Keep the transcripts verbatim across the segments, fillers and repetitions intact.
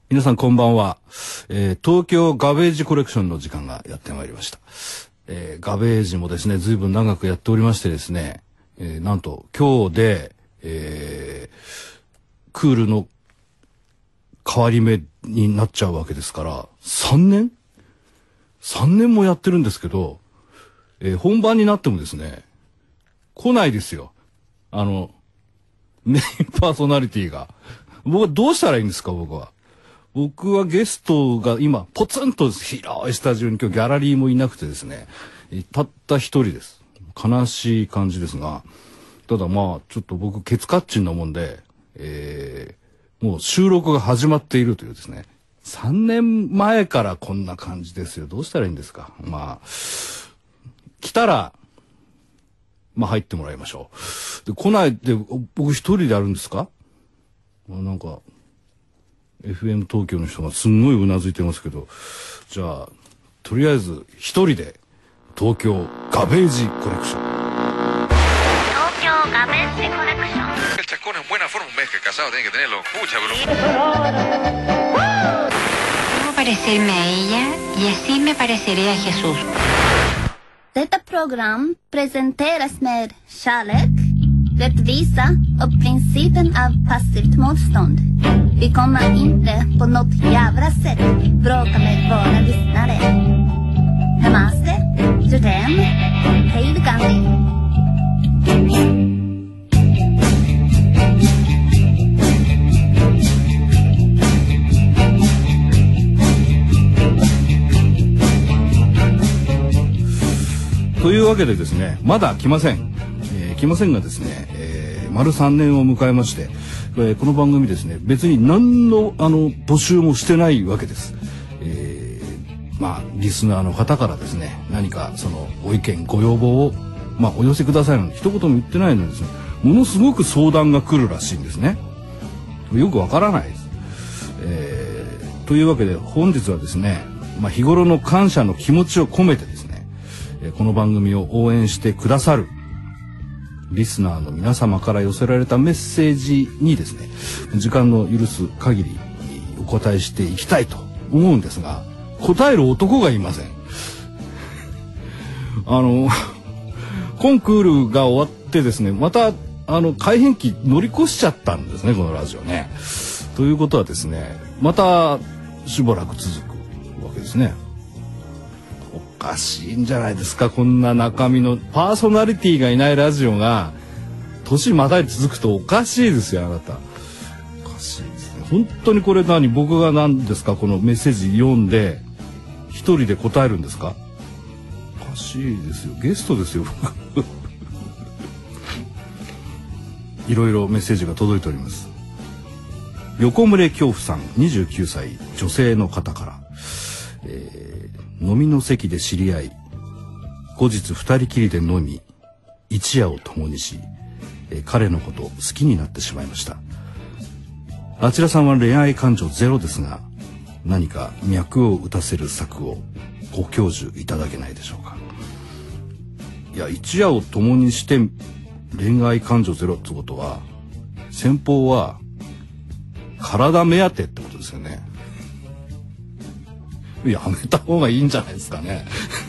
皆さんこんばんは、えー、東京ガベージコレクションの時間がやってまいりました。えー、ガベージもですね随分長くやっておりましてですね、えー、なんと今日で、えー、クールの変わり目になっちゃうわけですからさんねん ?さん 年もやってるんですけど、えー、本番になってもですね来ないですよ、あのメインパーソナリティが。僕はどうしたらいいんですか。僕は僕はゲストが今ポツンと広いスタジオに今日ギャラリーもいなくてですねたった一人です。悲しい感じですが、ただまあちょっと僕ケツカッチンなもんで、えー、もう収録が始まっているというですねさんねんまえからこんな感じですよ。どうしたらいいんですか。まあ来たらまあ入ってもらいましょう。で来ないで僕一人でやるんですか。なんか エフエム 東京の人がすんごいうなずいてますけど、じゃあとりあえず一人で東京ガベージコレクション。 東京ガベージコレクション。 El chascón en buena forma, un mes que casado tiene que tenerlo. Mucha broma. Debo parecerme a ella y así me pareceré a Jesús. Detta program presenteras med kärlek, rättvisa och principen av passivt motstånd. Vi kommer inte på något jävla sätt bråka med våra lyssnare. Namaste, Jodem, hej då Gandhi. というわけでですねまだ来ません、えー、来ませんがですね、えー、丸さんねんを迎えまして、えー、この番組ですね別に何のあの募集もしてないわけです。えー、まあリスナーの方からですね何かそのご意見ご要望をまあお寄せくださいのに一言も言ってないのにですねものすごく相談が来るらしいんですね。よくわからないです。えー、というわけで本日はですね、まあ、日頃の感謝の気持ちを込めてですねこの番組を応援してくださるリスナーの皆様から寄せられたメッセージにですね時間の許す限りお答えしていきたいと思うんですが答える男がいません。あのコンクールが終わってですねまたあの改編期乗り越しちゃったんですねこのラジオね。ということはですねまたしばらく続くわけですね。おかしいんじゃないですか。こんな中身のパーソナリティがいないラジオが年またい続くとおかしいですよあなた。おかしいですね本当に。これ何僕が何ですかこのメッセージ読んで一人で答えるんですか。おかしいですよゲストですよいろいろメッセージが届いております。横群れ恐怖さんにじゅうきゅうさい女性の方から、えー、飲みの席で知り合い後日二人きりで飲み一夜を共にし、えー、彼のことを好きになってしまいました。あちらさんは恋愛感情ゼロですが何か脈を打たせる策をご教授いただけないでしょうか。いや一夜を共にして恋愛感情ゼロってことは先方は体目当てってことですよね。やめた方がいいんじゃないですかね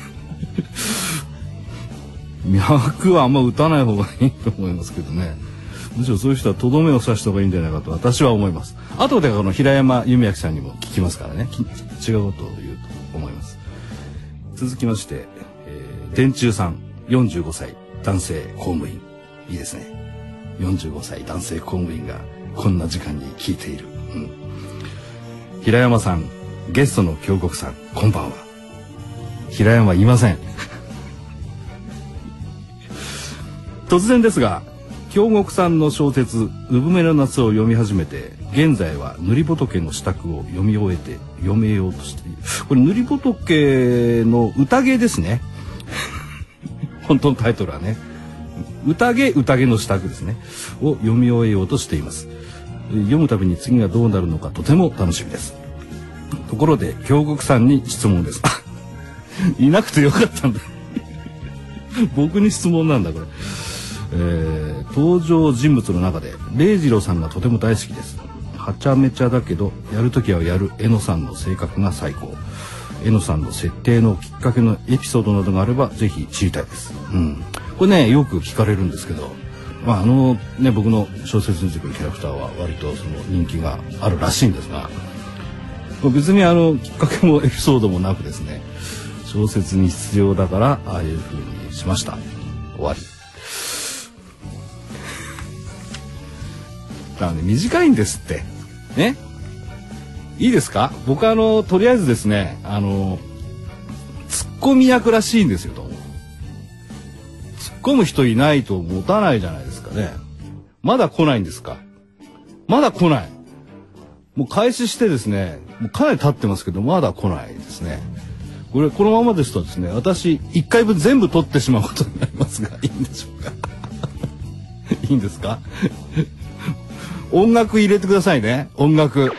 脈はあんま打たない方がいいと思いますけどね。むしろそういう人はとどめを刺した方がいいんじゃないかと私は思います。あとでこの平山弓明さんにも聞きますからね違うことを言うと思います。続きまして、えー、電柱さんよんじゅうごさい男性公務員。いいですねよんじゅうごさい男性公務員がこんな時間に聞いている、うん、平山さんゲストの京極さんこんばんは。平山いません突然ですが京極さんの小説「産めの夏」を読み始めて現在は塗り仏の支度を読み終えて読めようとしている。これ塗り仏の宴ですね本当のタイトルはね宴宴の支度ですねを読み終えようとしています。読むたびに次がどうなるのかとても楽しみです。ところで京極さんに質問ですいなくてよかったんだ僕に質問なんだこれ。えー、登場人物の中で礼二郎さんがとても大好きです。 はちゃめちゃだけどやるときはやるえのさんの性格が最高。えのさんの設定のきっかけのエピソードなどがあればぜひ知りたいです。うん、これねよく聞かれるんですけど、まああのね僕の小説に出てくるキャラクターは割とその人気があるらしいんですが、別にあのきっかけもエピソードもなくですね、小説に必要だからああいう風にしました。終わり。だからね短いんですってね。いいですか？僕はあのとりあえずですね、あのツッコミ役らしいんですよと。突っ込む人いないと持たないじゃないですかね。まだ来ないんですか？まだ来ない。もう開始してですね、もうかなり経ってますけどまだ来ないですね。これこのままですとですね、私いっかいぶん全部取ってしまうことになりますが、いいんでしょうか？いいんですか？音楽入れてくださいね。音楽。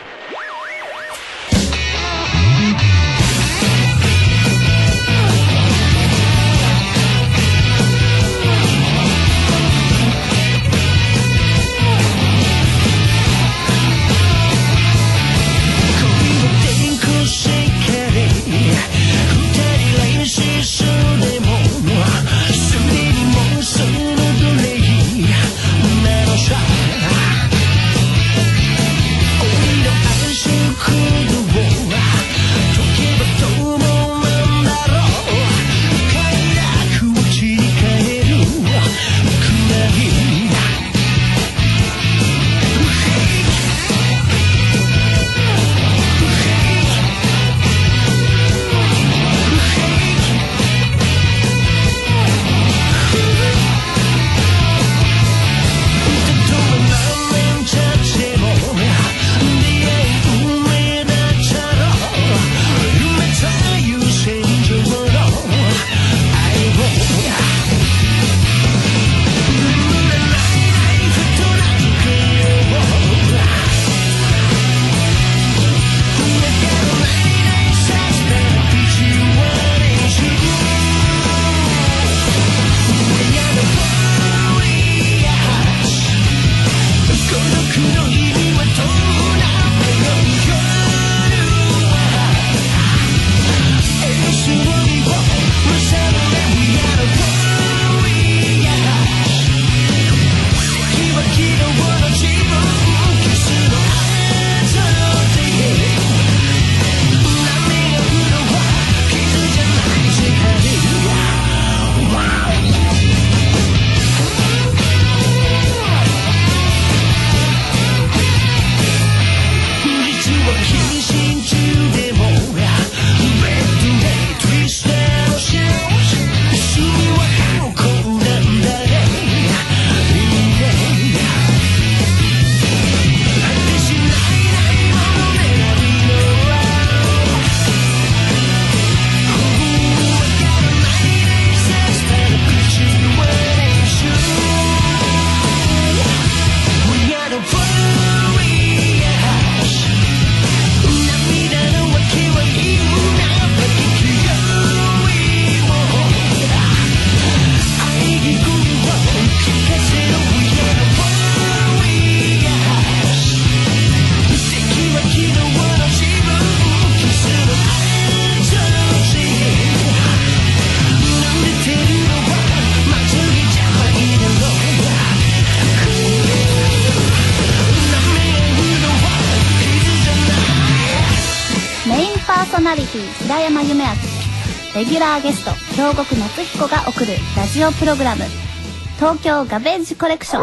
ナリティ平山夢明、レギュラーゲスト京極夏彦が送るラジオプログラム東京ガベージコレクション。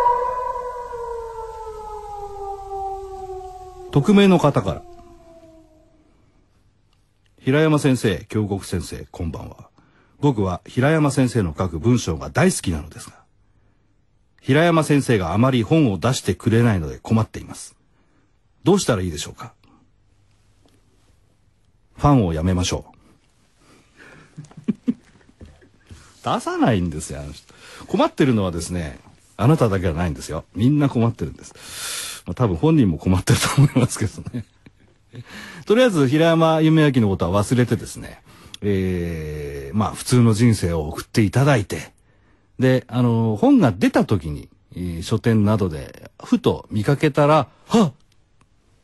匿名の方から。平山先生、京極先生、こんばんは。僕は平山先生の書く文章が大好きなのですが、平山先生があまり本を出してくれないので困っています。どうしたらいいでしょうか。ファンをやめましょう。出さないんですよ、あの人。困ってるのはですね、あなただけはないんですよ。みんな困ってるんです。まあ、多分本人も困ってると思いますけどね。とりあえず平山夢明のことは忘れてですね、えー、まあ普通の人生を送っていただいて、で、あの、本が出た時に、えー、書店などでふと見かけたら、はっ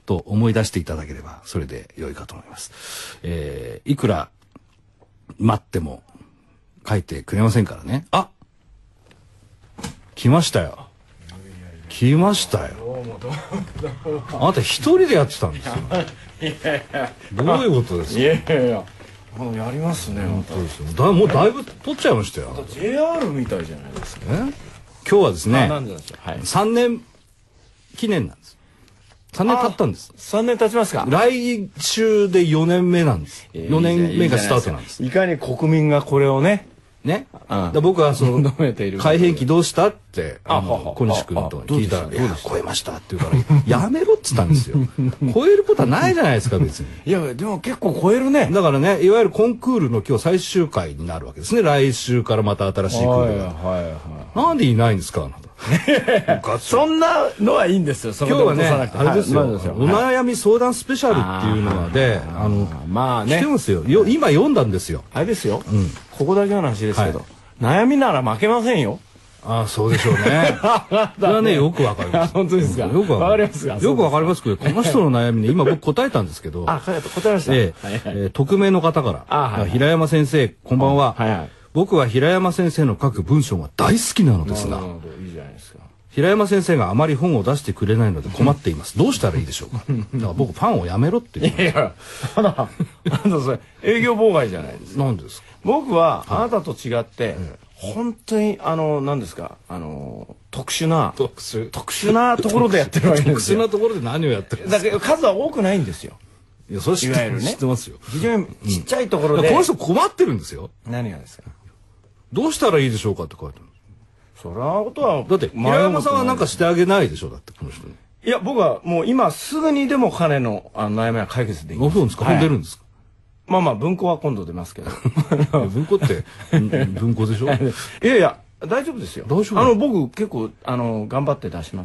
と思い出していただければそれで良いかと思います。えー、いくら待っても書いてくれませんからね。あ、来ましたよ。来ましたよ。あなた一人でやってたんですよ。 いやいや、 どういうことですか。 いやいやいや、もうやりますね。本当そうですよ。だもうだいぶ取っちゃいましたよ。 ジェイアール みたいじゃないですか。 え今日はですね、 なんでなんでしょう。はい。 さんねん記念なんです。さんねん経ったんです。 さんねん経ちますか。 来週でよねんめなんです。 えーよねんめがスタートなんです。 いかに国民がこれをね、 ね。 うんだ僕はその求めている改変期どうしたってああははの小西君と聞いたら「 ああいや超えました」って言うから「やめろ」っつったんですよ。超えることはないじゃないですか別に。 いやでも結構超えるね。 だからねいわゆるコンクールの今日最終回になるわけですね。来週からまた新しいクールが。 はいはい。 なんでいないんですかあなた。 そんなのはいいんですよ。 今日はねあれですよ、 はいお悩み相談スペシャルっていうのであのまあね来てますよ。よ今読んだんですよ。 あれですよ。ここだけの話ですけど、悩みなら負けませんよ。 ああそうでしょうね。それはねよくわかります。 本当ですか。 よくわかりますか。 よくわかりますけどこの人の悩みね今僕答えたんですけど。 あ答えました。 えええー匿名の方からあはい平山先生こんばんは。 はいはい。 僕は平山先生の書く文章が大好きなのですが。 いいじゃないですか。 平山先生があまり本を出してくれないので困っています。どうしたらいいでしょうか。だから僕ファンをやめろって言う。 いやあなたあなたそれ営業妨害じゃないですか。 なんですか。 僕はあなたと違って本当にあの何ですかあの特殊な特殊特殊なところでやってるわけですよ。 特殊なところで何をやってるんですか。 だけど数は多くないんですよ。 いやそれ知っていわゆるね知ってますよ。 非常にちっちゃいところで。 この人困ってるんですよ。 何がですか。 どうしたらいいでしょうかって書いてある。 そんなことはだって平山さんはなんかしてあげないでしょだってこの人に。 いや僕はもう今すぐにでも彼のあの悩みは解決できます。 あそうですか。本出るんですか。 まあまあ文庫は今度出ますけど。 文庫って文庫でしょ。 いやいや大丈夫ですよ。 大丈夫。 あの僕結構あの頑張って出します。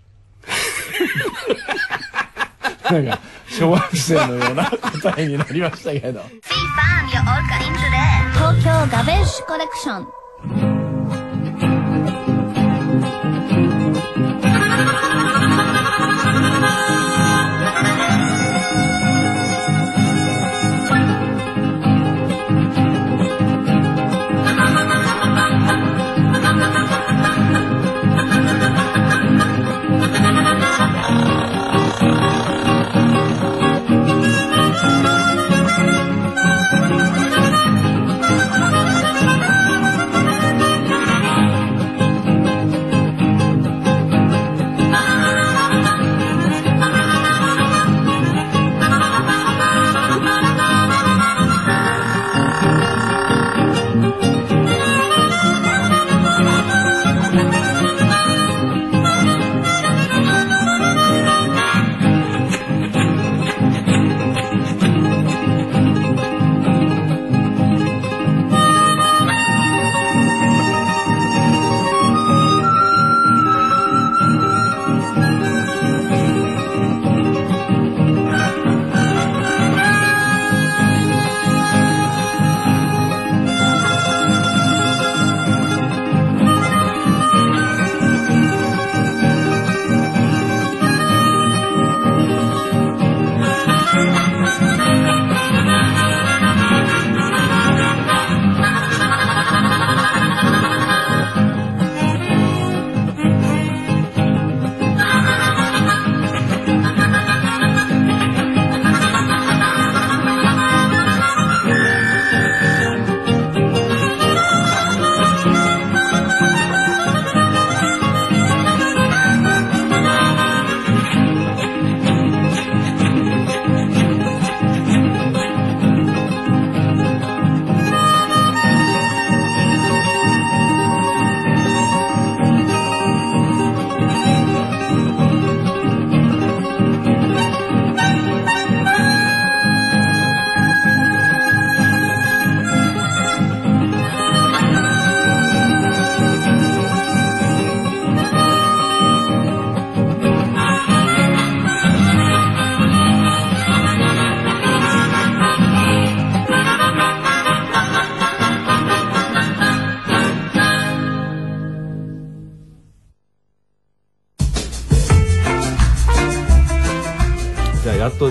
なんか小学生のような答えになりましたけど。 Fy fan, jag orkar inte det. Tokyo Garbage Collection.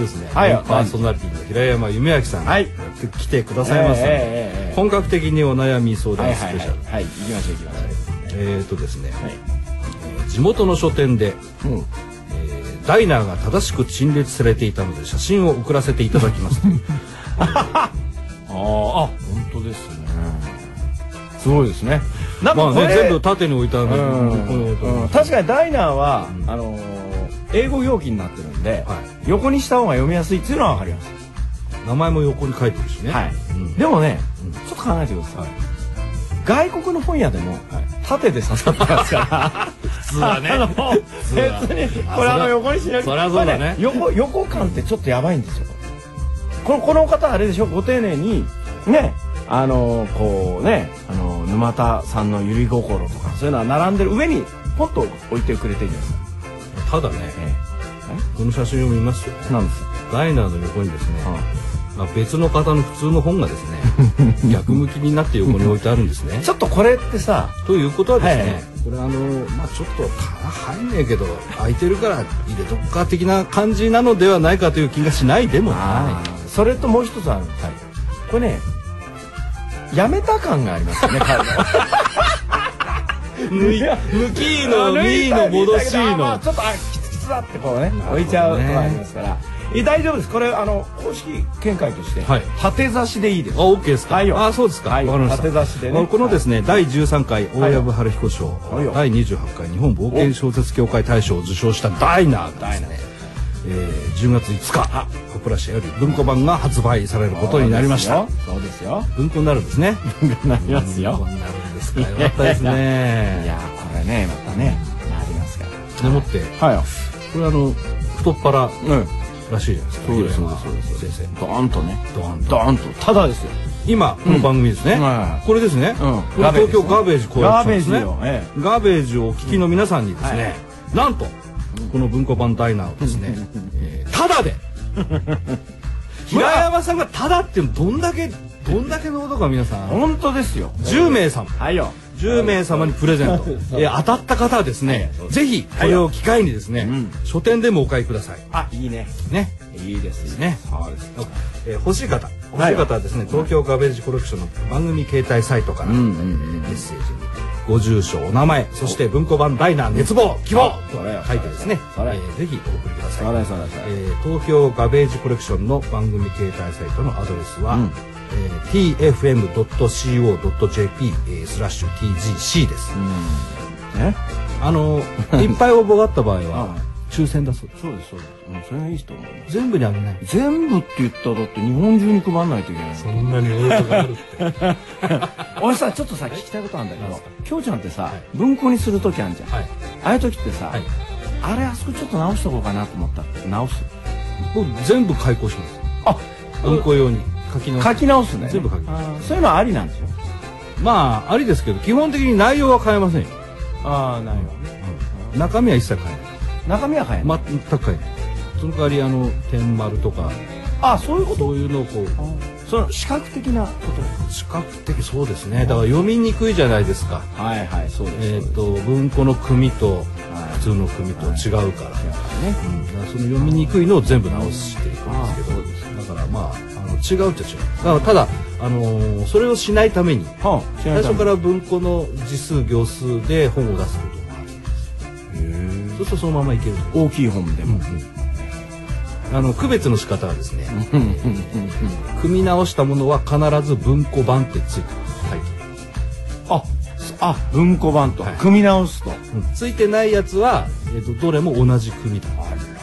ですね、 はいパーソナリティの平山夢明さんがはいやってきてくださいますので、 ええええええ本格的にお悩み相はいはい談スペシャル。 はいはい、行きましょう行きましょえーとですね、 う。はい。 えー地元の書店で、 うん。 えーダイナーが正しく陳列されていたので写真を送らせていただきました。 ああ、本当ですね。すごいですね。なんまあね、 かこれ、 全部縦に置いたので、 うんこのうん確かにダイナーは、 うんあのー英語表記になってるんで、 は横にした方が読みやすいっていうのはわかります。 名前も横に書いてるしね。 はい。 うんでもね、 うんちょっと考えてください。外国の本屋でも、縦で刺さってますから。普通はね。あの別にこれあの横にしなくて、 そりゃそうだねこれ横横感ってちょっとやばいんですよ。このこの方あれでしょ、ご丁寧にね、あのこうね、あの沼田さんのゆり心とかそういうのは並んでる上にポッと置いてくれてるじゃないですか。 ただね、この写真を見ますとね、 なんです。 ダイナーの横にですね、 うまあ、別の方の普通の本がですね逆向きになって横に置いてあるんですね。 ちょっとこれってさ、 ということはですね、 はいはいこれあのまあちょっと棚入んねえけど空いてるから入れとくか的な感じなのではないかという気がしないでもなそれともう一つあるんです。これね、やめた感がありますよね。彼のい。むきーのみーの戻しーの。 あまあちょっとあキツキツだってこうね置いちゃうとこありますから。え大丈夫です。これあの公式見解として、 はい縦差しでいいです。 あ、オッケーですか。 はいよあ、そうですか。わ、 はいかりました。 縦差しでねあのこのですね、だいじゅうさんかい大藪春彦賞、 はいよだいにじゅうはちかい日本冒険小説協会大賞を受賞したダイナーがですね、えー、じゅうがついつかポプラ社より文庫版が発売されることになりました。 そうですよ。 文庫になるんですね。 なりますよ。 文庫になるんですか。よかったですね。 いやこれねまたねなりますから。 でもってはいよ。 これあの太っ腹うん。 らしいじゃないですか。 そうです平山そうですそうです先生。 ドーンとね。 ドーンとドーンとただですよ。 今この番組ですね。 うんはいこれですね。 うんこれ東京ガーベージコレクションですね。 ガーベージよえガーベージをお聞きの皆さんにですね、なんとこの文庫版ダイナーをですね、えータダで平山さんがタダってどんだけどんだけのことか皆さん本当ですよ。 じゅうめいさまはいよ。 じゅうめいさまにプレゼント、えー当たった方はですね、ぜひこれを機会にですね、 うん書店でもお買いくださいあいいね。 ね。 いいですね。 そうです。 えー欲しい方欲しい方はですね、東京ガベージコレクションの番組携帯サイトからメうんうんうんッセージにご住所お名前そして文庫版ダイナー熱望希望とそれ書いてですね、えそれーぜひお送りください。 それそれそれえー東京ガベージコレクションの番組携帯サイトのアドレスは、 うんえー ティーエフエムドットシーオードットジェーピー えースラッシュ ティージーシー です。 ね。 あのいっぱい応募があった場合は抽選だそうです。 そうですそうです。うんそれがいいと思う。 全部にあげない。 全部って言ったらだって日本中に配らないといけない。 そんなに応募があるって。 俺さちょっとさ聞きたいことあるんだけどなんすか、 きょうちゃんってさはい文庫にする時あるじゃん。 はい。 ああいう時ってさはい。 あれあそこちょっと直しとこうかなと思ったら直す。 僕全部開講します。 あ文庫用に書き直す。 書き直すね。 全部書きあーそういうのはありなんですよ。 まあありですけど基本的に内容は変えませんよ。 ああないわね。 中身は一切変えない。 中身は変えない。 全く変えない。その代わりあの点丸とかあそういうこと。 そういうのをこうその視覚的なこと。 視覚的そうですね。だから読みにくいじゃないですか。 はいはいそうです。 えっと文庫の組とはい普通の組と違うから。 ね。 うんだからその読みにくいのを全部直していくんですけど、だからまああの違うっちゃ違う。だからただあのーそれをしないためにはあ最初から文庫の字数行数で本を出すことがあるんです。そうするとそのままいける。 大きい本でも。 あの区別の仕方はですね、組み直したものは必ず文庫版ってついてます。はい。 ああ文庫版とはい組み直すと。 うんついてないやつは、えー、とどれも同じ組だ。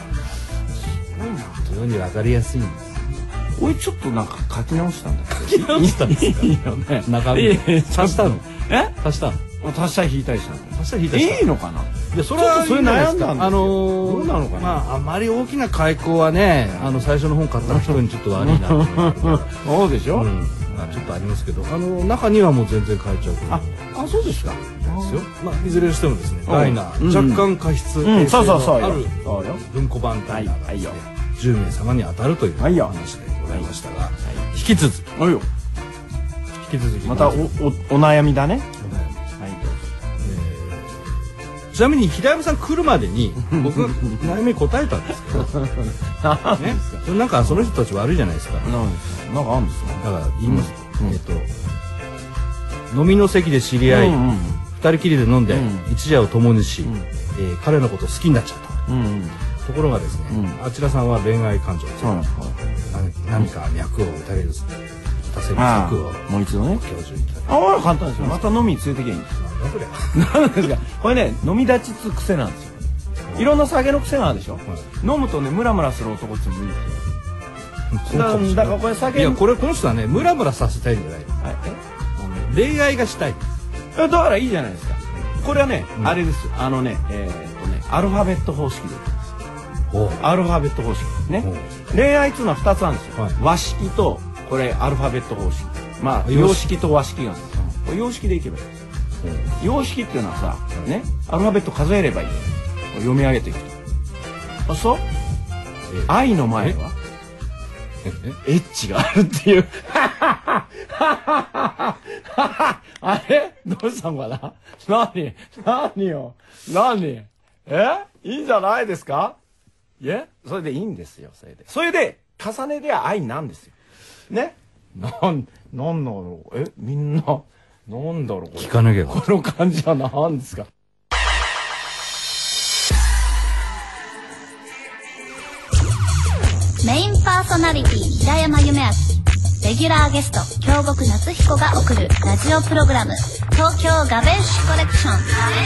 非常に分かりやすいんです。 俺ちょっとなんか書き直したんだけど。 書き直したんですかいいよね。 中身いい足したのえ？ 足したの足したり引いたりしたんだよ。 足した引いたりしたいいのかな。 いやそれはちょっとそれ悩んだんですよあのーどうなのかなまああまり大きな開口はねあの最初の本買った人にちょっと悪いなと思うそうでしょ。 うんまあちょっとありますけどあの中にはもう全然変えちゃうと思あうあそうですか。 ですよ。まあいずれにしてもですねうんダイナーうん若干過失うんそうそうそうよあるそうよ文庫版ダイナーがですねはいじゅうめいさまに当たるというはいよ話でございましたが引き続きあいよ。 引き続きまたおおお悩みだね。はい。 ちちなみに平山さん来るまでに僕が悩みに答えたんですけどね、それなんかその人たち悪いじゃないですか。 なんですか、なんかあるんですか。 だから言います、えっと飲みの席で知り合い、二人きりで飲んで一夜を共にし、えー彼のことを好きになっちゃった。 うんうん。 ところがですね、あちらさんは恋愛感情で何か脈を打たれる打たせる策をもう一度ね。 教授いただいて。 ああ、簡単ですよ。また飲みに連れてきゃいいんですよ。 なんだこれはなんですか。これね、飲み立ちつ癖なんですよ。いろんな酒の癖があるでしょ。飲むとね、ムラムラする男ってもいいですよ。だからこれ酒。 いやこれこの人はねムラムラさせたいんじゃない。恋愛がしたい。 だからいいじゃないですか。これはね、あれですよ。あのね、えっとね、アルファベット方式で。アルファベット方式ですね。恋愛っていうのは二つあるんですよ。和式とこれアルファベット方式。まあ洋式と和式があるんですよ。これ洋式でいけばいいです。洋式っていうのはさ、ね、アルファベット数えればいい。読み上げていくと。そう。愛の前はエッチがあるっていう。あれどうしたのかな。何何よ何えいいんじゃないですか。えそれでいいんですよ。それでそれで重ねでは愛なんですよね。なんなんだろう。えみんななんだろう。 聞かなきゃ。 この感じは何ですか。 メインパーソナリティ平山夢明、レギュラーゲスト京極夏彦が送るラジオプログラム東京ガベッシュコレクション。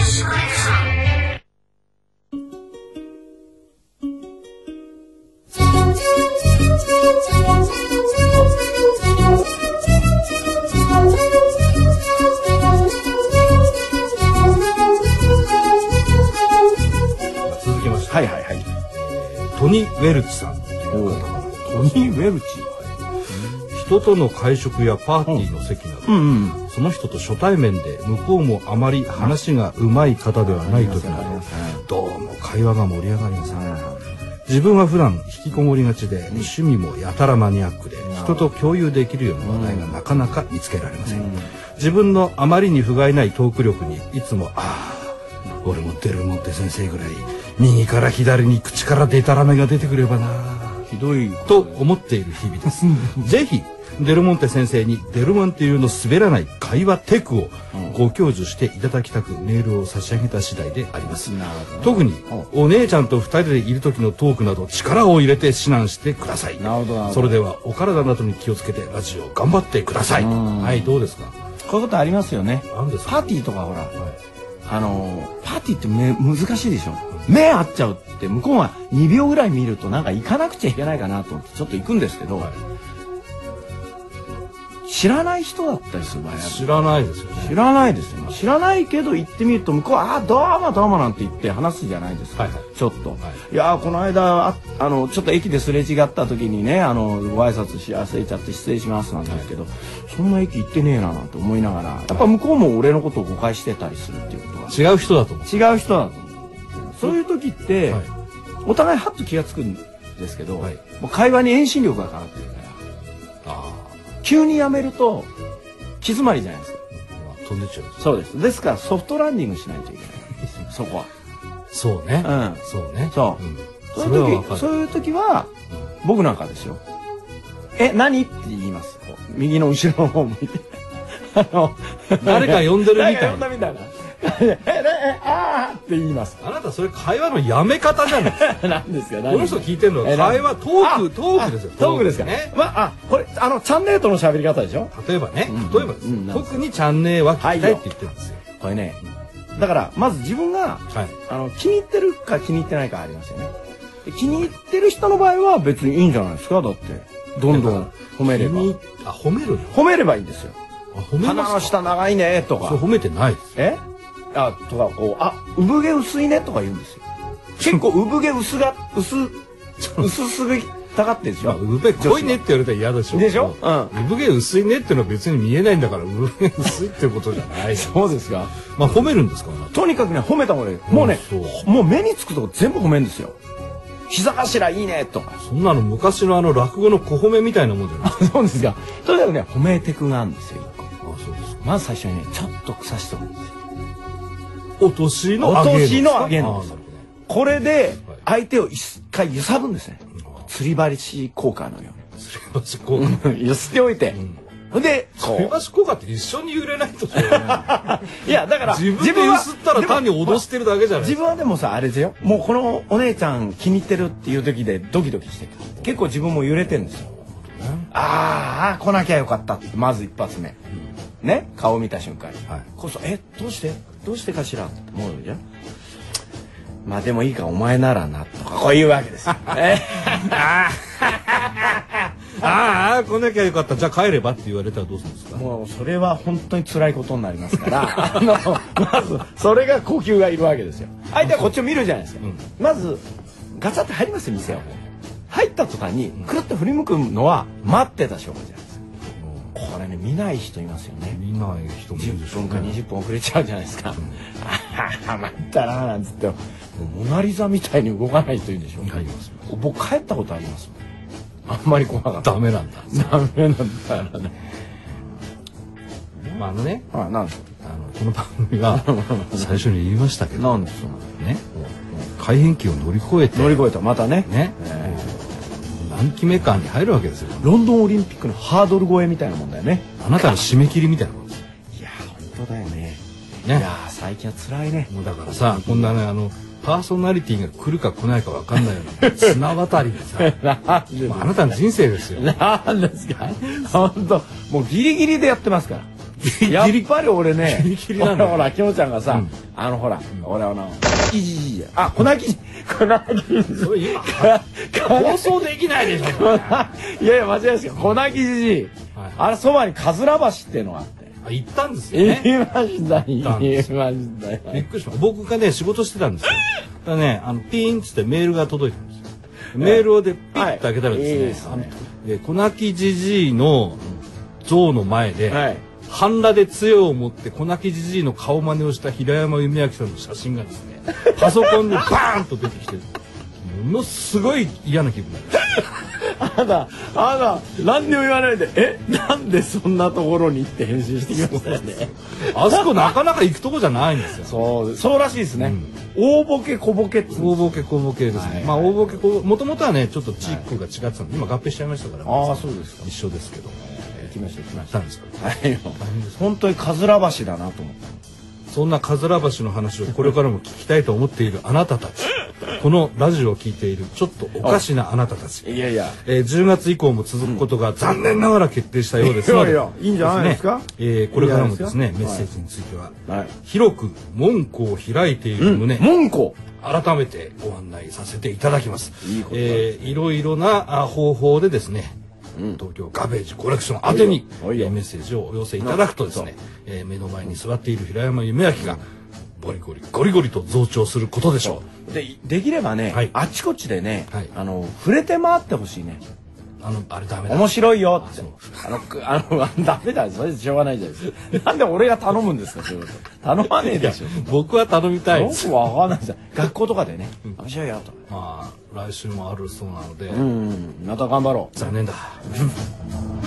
続きまして、 はいはいはい。 トニ・ウェルチさん。 トニー・ウェルチ。 人との会食やパーティーの席など、うんうん、その人と初対面で向こうもあまり話がうまい方ではない時など、どうも会話が盛り上がりません。自分は普段引きこもりがちで、趣味もやたらマニアックで、人と共有できるような話題がなかなか見つけられません。自分のあまりに不甲斐ないトーク力にいつも「ああ俺もデルモンテ先生ぐらい右から左に口からデタラメが出てくればな」 ひどいと思っている日々です。ぜひデルモンテ先生にデルモンテ流の滑らない会話テクをご教授していただきたくメールを差し上げた次第であります。特にお姉ちゃんとふたりでいる時のトークなど力を入れて指南してください。それではお体などに気をつけてラジオ頑張ってください。はい、どうですか。 こういうことありますよね。 何ですか。 パーティーとかほら、はい、あのー、パーティーってめ難しいでしょ。目合っちゃうって向こうがにびょうぐらい見るとなんか行かなくちゃいけないかなと思ってちょっと行くんですけど、はい、知らない人だったりする場合ある。 知らないですよね。 知らないですよね。知らないけど行ってみると向こうは「あどうもどうも」なんて言って話すじゃないですか、はいはい、ちょっと、はい、いやこの間ああのちょっと駅ですれ違った時にねあのご挨拶し忘れちゃって失礼しますなんですけど、はい、そんな駅行ってねえななんて思いながらやっぱ向こうも俺のことを誤解してたりするっていうことは違う人だと思う。 違う人だと思う。そういう時って、はい、お互いハッと気がつくんですけど、はい、もう会話に遠心力がかかってるからあ急にやめると気詰まりじゃないですか。 飛んでっちゃう。 そうです。ですからソフトランディングしないといけないそこは。 そうね。 うん。 そうね。 そう。うん、そういう時そういう時は、うん、僕なんかですよ。え何って言います。右の後ろの方向いて。あの誰か呼んでるみたいな。 誰か呼んだみたいな。ええああって言います。 あなたそれ会話のやめ方じゃないですか。 なんですか。 この人聞いてるのは会話トークトークですよ。 トークですかね。まあこれあのチャンネルとの喋り方でしょ。 例えばね例えばです特にチャンネルは聞きたいって言ってるんですよ。 これねだからまず自分があの気に入ってるか気に入ってないかありますよね。気に入ってる人の場合は別にいいんじゃないですか。だってどんどん褒めれば。 あ褒める。 褒めればいいんですよ。鼻の下長いねとか。 それ褒めてないです。 え？あとかこうあ産毛薄いねとか言うんですよ。結構産毛薄が薄薄すぎたがってるでしょ。 産毛濃いねって言われたら嫌でしょ。 でしょ。うん。 産毛薄いねっていうのは別に見えないんだから産毛薄いってことじゃない。 そうですか。 まあ褒めるんですか。 とにかくね褒めた方がいい。もうねもう目につくとこ全部褒めるんですよ。膝頭いいねとか。 そんなの昔のあの落語の小褒めみたいなもんじゃない。 そうですか。とにかくね褒めテクがあるんですよ。あそうです。まず最初にねちょっと腐しておくんですよ。 落としの落としの上げ上げなんですよ。これで相手を一回揺さぶんですね。吊り橋効果のよ吊り橋効果うに揺すっておいて、ほんで吊り橋効果って一緒に揺れないとしょうがないいやだから自分で揺すったら単に脅してるだけじゃない自分はでもさあれですよ、もうこのお姉ちゃん気に入ってるっていう時でドキドキしてる、結構自分も揺れてるんですよ。ああ来なきゃよかったってまず一発目、ね顔見た瞬間に、 はい、 こそえどうしてどうしてかしらって思うじゃん。まあでもいいかお前ならなとかこういうわけですよ。えああ来なきゃよかったじゃあ帰ればって言われたらどうするんですか。 もうそれは本当に辛いことになりますからあのまずそれが呼吸がいるわけですよ。相手はこっちを見るじゃないですか、うん、まずガチャって入りますよ店を。入った途端にくるっと振り向くのは待ってた証拠じゃないですか。これね見ない人いますよね。 見ない人もいるでしょうね。 じゅっぷんかにじゅっぷん遅れちゃうじゃないですか。ああ参ったななんつってモナリザみたいに動かない人いるでしょ。僕帰ったことあります。あんまり怖かった。 ダメなんだ。 ダメなんだよね。 まああのね、 あなんですあのこの番組は最初に言いましたけど、 なんですかね、改変期を乗り越えて乗り越えたまたね。 ね、何期目かに入るわけですよ。 ロンドンオリンピックのハードル越えみたいなもんだよね。 あなたの締め切りみたいなもんです。 いや本当だよね。 ね。 いや最近は辛いね。 もうだからさ、こんなねあのパーソナリティが来るか来ないかわかんないような綱渡りでさ、まあ、あなたの人生ですよ。 なんですか。本当もうギリギリでやってますから。やっぱり俺ね、 ギリギリなんだよ。 ほらきょうちゃんがさ、あのほら俺あの生地あ粉生地粉生地それ今放送できないでしょ。 いやいや間違いですよ。粉生地あれそばにかずら橋っていうのがあって。 あ行ったんですよね。 言いました言いましたよ。 びっくりしました。僕がね仕事してたんですよ。だからねあのピーンっつってメールが届いたんですよ。メールをでピッと開けたらですね、で粉木じじいの像の前で、はい、半裸で杖を持って粉木じじいの顔真似をした平山夢明さんの写真がですねパソコンでバーンと出てきてものすごい嫌な気分になりました。 あなたあなた何にも言わないでえなんでそんなところにって返信してきましたよね。 あそこなかなか行くとこじゃないんですよ。 そうそうらしいですね。うん、大ボケ小ボケって大ボケ小ボケですね。はいはい、まあ大ボケ小もともとはねちょっとチックが違ってたので、はい、今合併しちゃいましたから、 ああそうですか。 一緒ですけど。 行きました行きましたんですか。 はい。本当にかずら橋だなと思った。 そんなかずら橋の話をこれからも聞きたいと思っているあなたたちこのラジオを聞いているちょっとおかしなあなたたち、 いやいや、 えー、じゅうがつ以降も続くことが残念ながら決定したようですので、 いやいやいいんじゃないですか。 えー、これからもですねメッセージについては、はい、広く門戸を開いている旨、 うん、門戸改めてご案内させていただきます。いいことえー、いろいろな方法でですね、うん、東京ガベージコレクション宛てに、えー、メッセージをお寄せいただくとですね、えー、目の前に座っている平山夢明がゴリゴリゴリゴリと増長することでしょう。でできればね、はい、あちこちでね、はい、あの触れて回ってほしいね。 あのあれダメだ。 面白いよって。あのあのダメだそれでしょうがないじゃないですか。なんで俺が頼むんですかそういうこと。頼まねえでしょ。 僕は頼みたいです。 僕わかんないじゃん。学校とかでね、面白いよと。 まあ来週もあるそうなので、 うんまた頑張ろう。 残念だ。